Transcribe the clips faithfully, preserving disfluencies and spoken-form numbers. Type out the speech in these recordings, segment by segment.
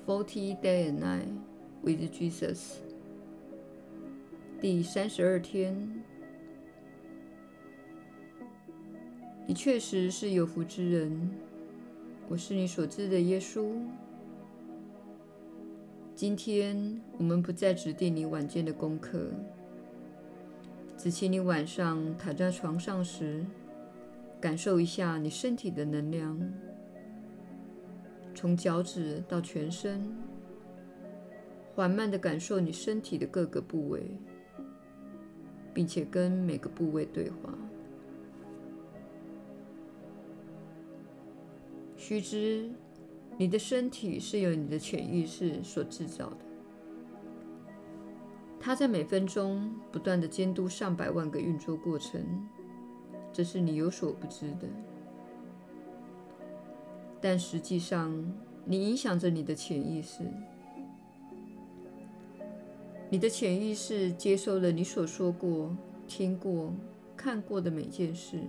Forty Day and Night with Jesus 第三十二天。你确实是有福之人，我是你所知的耶稣。今天我们不再指定你晚间的功课，只请你晚上躺在床上时，感受一下你身体的能量，从脚趾到全身，缓慢地感受你身体的各个部位，并且跟每个部位对话。须知，你的身体是由你的潜意识所制造的，它在每分钟不断地监督上百万个运作过程，这是你有所不知的。但实际上，你影响着你的潜意识。你的潜意识接收了你所说过、听过、看过的每件事，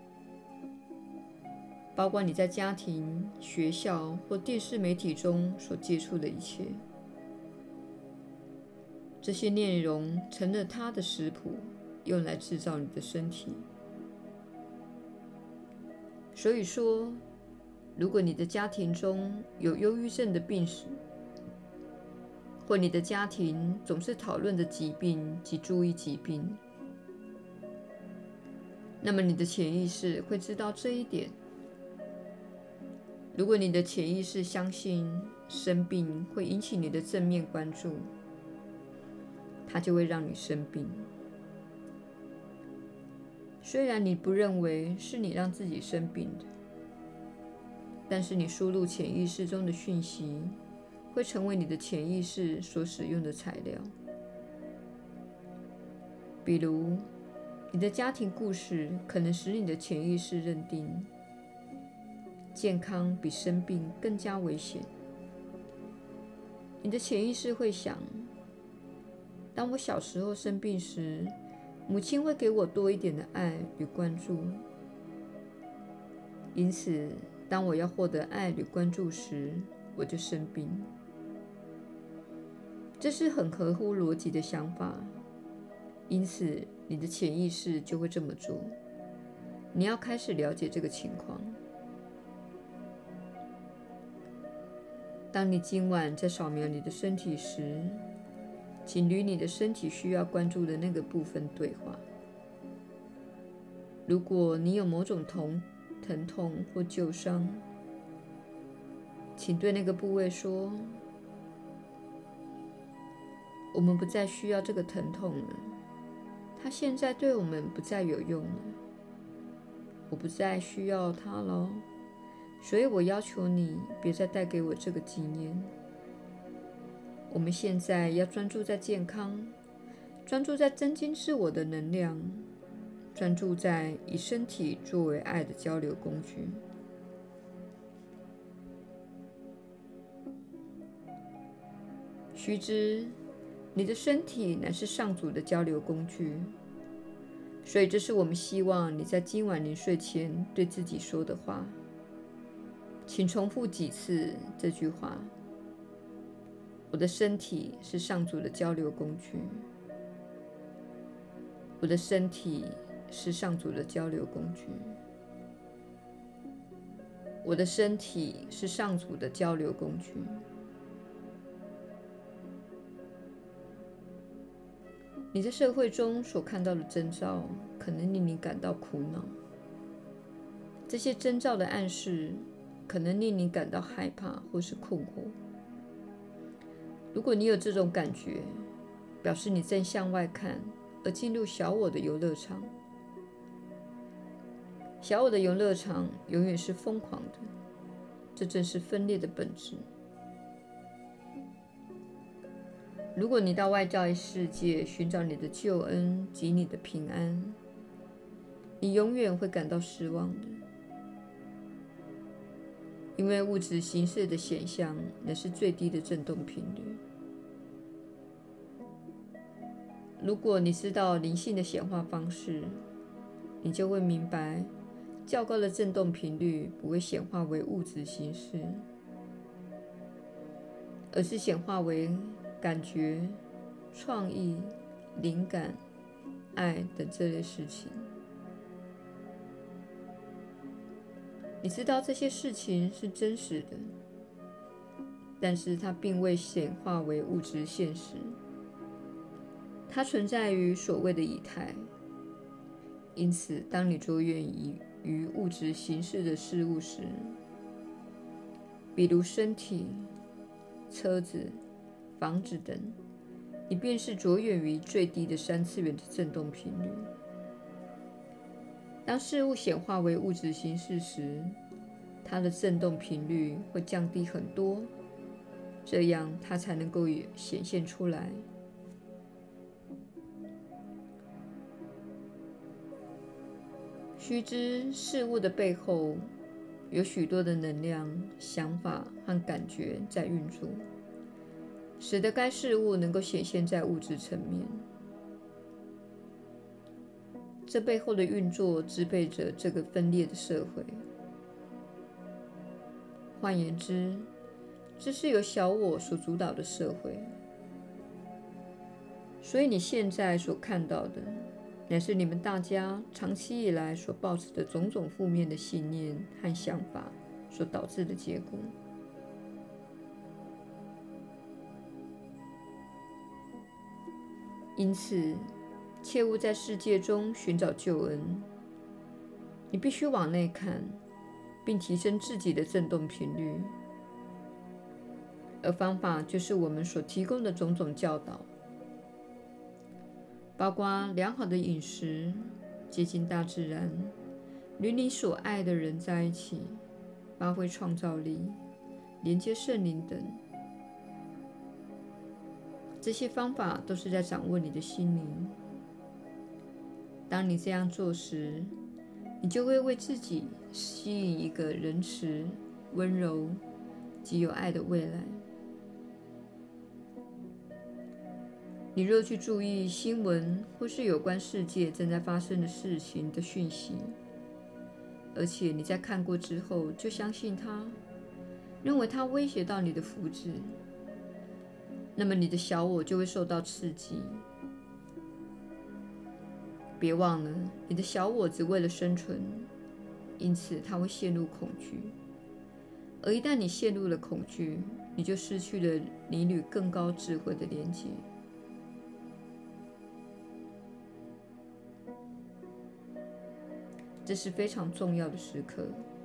包括你在家庭、学校或电视媒体中所接触的一切。这些内容成了它的食谱，用来制造你的身体。所以说，如果你的家庭中有忧郁症的病史，或你的家庭总是讨论着疾病及注意疾病，那么你的潜意识会知道这一点。如果你的潜意识相信生病会引起你的正面关注，它就会让你生病。虽然你不认为是你让自己生病的，但是你输入潜意识中的讯息会成为你的潜意识所使用的材料。比如，你的家庭故事可能使你的潜意识认定健康比生病更加危险。你的潜意识会想，当我小时候生病时，母亲会给我多一点的爱与关注，因此当我要获得爱与关注时，我就生病。这是很合乎逻辑的想法，因此你的潜意识就会这么做。你要开始了解这个情况。当你今晚在扫描你的身体时，请与你的身体需要关注的那个部分对话。如果你有某种疼疼痛或旧伤，请对那个部位说：我们不再需要这个疼痛了，它现在对我们不再有用了，我不再需要它了，所以我要求你别再带给我这个经验。我们现在要专注在健康，专注在增进自我的能量，专注在以身体作为爱的交流工具。须知，你的身体乃是上主的交流工具，所以这是我们希望你在今晚临睡前对自己说的话。请重复几次这句话：我的身体是上主的交流工具。我的身体是上主的交流工具。我的身体是上主的交流工具。你在社会中所看到的征兆可能令你感到苦恼，这些征兆的暗示可能令你感到害怕或是困惑。如果你有这种感觉，表示你正向外看，而进入小我的游乐场。小我的游乐场永远是疯狂的，这正是分裂的本质。如果你到外在世界寻找你的救恩及你的平安，你永远会感到失望的，因为物质形式的显象乃是最低的振动频率。如果你知道灵性的显化方式，你就会明白，较高的振动频率不会显化为物质形式。 而是显化为感觉、创意、灵感、爱的这类事情。你知道这些事情是真实的，但是它并未显化为物质现实，它存在于所谓的以太。因此，当你着眼于物质形式的事物时，比如身体、车子、房子等，你便是着眼于最低的三次元的振动频率。当事物显化为物质形式时，它的振动频率会降低很多，这样它才能够显现出来。须知，事物的背后有许多的能量、想法和感觉在运作，使得该事物能够显现在物质层面。这背后的运作支配着这个分裂的社会。换言之，这是由小我所主导的社会。所以你现在所看到的，乃是你们大家长期以来所抱持的种种负面的信念和想法所导致的结果。因此，切勿在世界中寻找救恩。你必须往内看，并提升自己的振动频率。而方法就是我们所提供的种种教导，包括良好的饮食、接近大自然、与你所爱的人在一起、发挥创造力、连接圣灵等。这些方法都是在掌握你的心灵。当你这样做时，你就会为自己吸引一个仁慈、温柔及有爱的未来。你若去注意新闻或是有关世界正在发生的事情的讯息，而且你在看过之后就相信它，认为它威胁到你的福祉，那么你的小我就会受到刺激。别忘了，你的小我只为了生存，因此它会陷入恐惧。而一旦你陷入了恐惧，你就失去了你与更高智慧的连结。这是非常重要的时刻。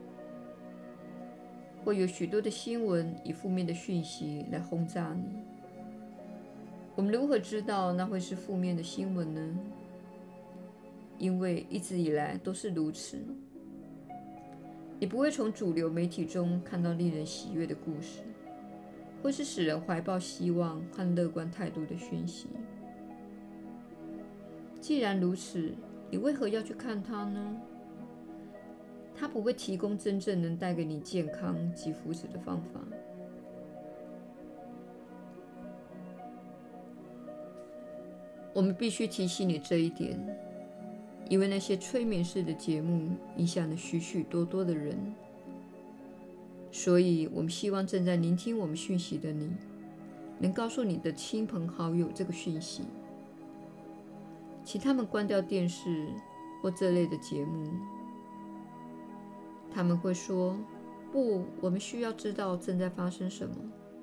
会有许多的新闻以负面的讯息来轰炸你。我们如何知道那会是负面的新闻呢？因为一直以来都是如此。你不会从主流媒体中看到令人喜悦的故事，或是使人怀抱希望和乐观态度的讯息。既然如此，你为何要去看它呢？它不会提供真正能带给你健康及福祉的方法。我们必须提醒你这一点，因为那些催眠式的节目影响了许许多多的人。所以，我们希望正在聆听我们讯息的你，能告诉你的亲朋好友这个讯息，请他们关掉电视或这类的节目。他们会说：“不，我们需要知道正在发生什么。”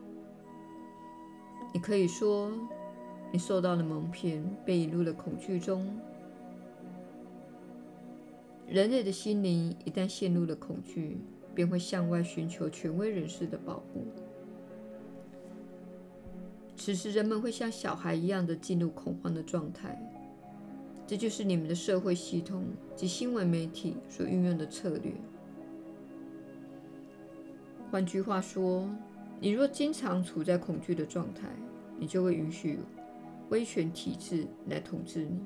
你可以说，你受到了蒙骗，被引入了恐惧中。人类的心灵一旦陷入了恐惧，便会向外寻求权威人士的保护。此时，人们会像小孩一样的进入恐慌的状态。这就是你们的社会系统及新闻媒体所运用的策略。换句话说，你若经常处在恐惧的状态，你就会允许威权体制来统治你。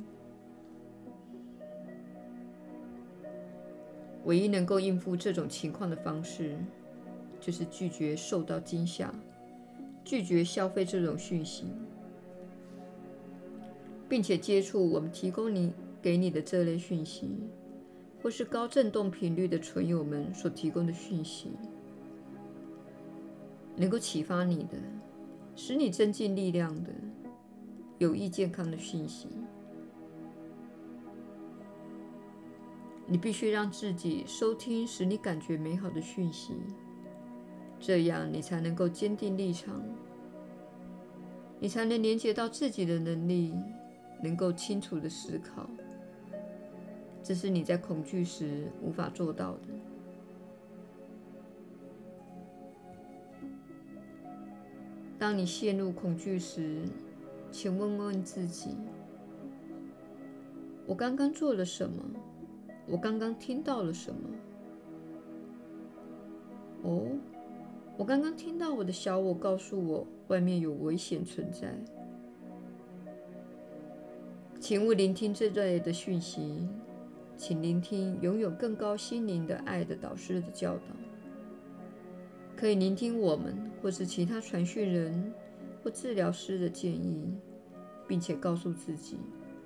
唯一能够应付这种情况的方式，就是拒绝受到惊吓，拒绝消费这种讯息，并且接触我们提供你给你的这类讯息，或是高振动频率的存有们所提供的讯息。能够启发你的， 使你增进力量的、有益健康的讯息。你必须让自己收听使你感觉美好的讯息，这样你才能够坚定立场，你才能连接到自己的能力，能够清楚地思考。这是你在恐惧时无法做到的。当你陷入恐惧时，请问问自己：我刚刚做了什么？我刚刚听到了什么？哦，我刚刚听到我的小我告诉我，外面有危险存在。请勿聆听这类的讯息，请聆听拥有更高心灵的爱的导师的教导。可以聆听我们或是其他传讯人或治疗师的建议，并且告诉自己，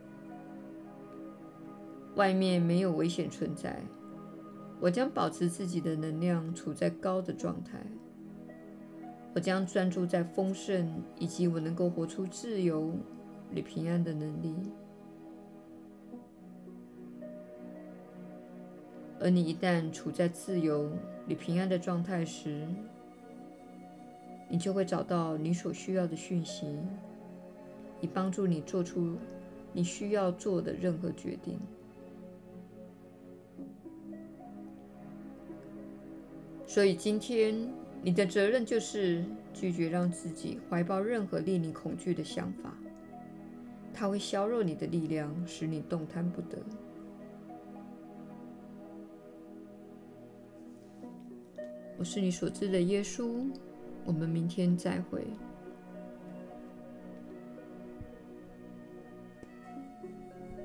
外面没有危险存在，我将保持自己的能量处在高的状态，我将专注在丰盛以及我能够活出自由与平安的能力。而你一旦处在自由与平安的状态时，你就会找到你所需要的讯息，以帮助你做出你需要做的任何决定。所以今天你的责任就是拒绝让自己怀抱任何令你恐惧的想法，它会削弱你的力量，使你动弹不得。我是你所知的耶稣，我们明天再会。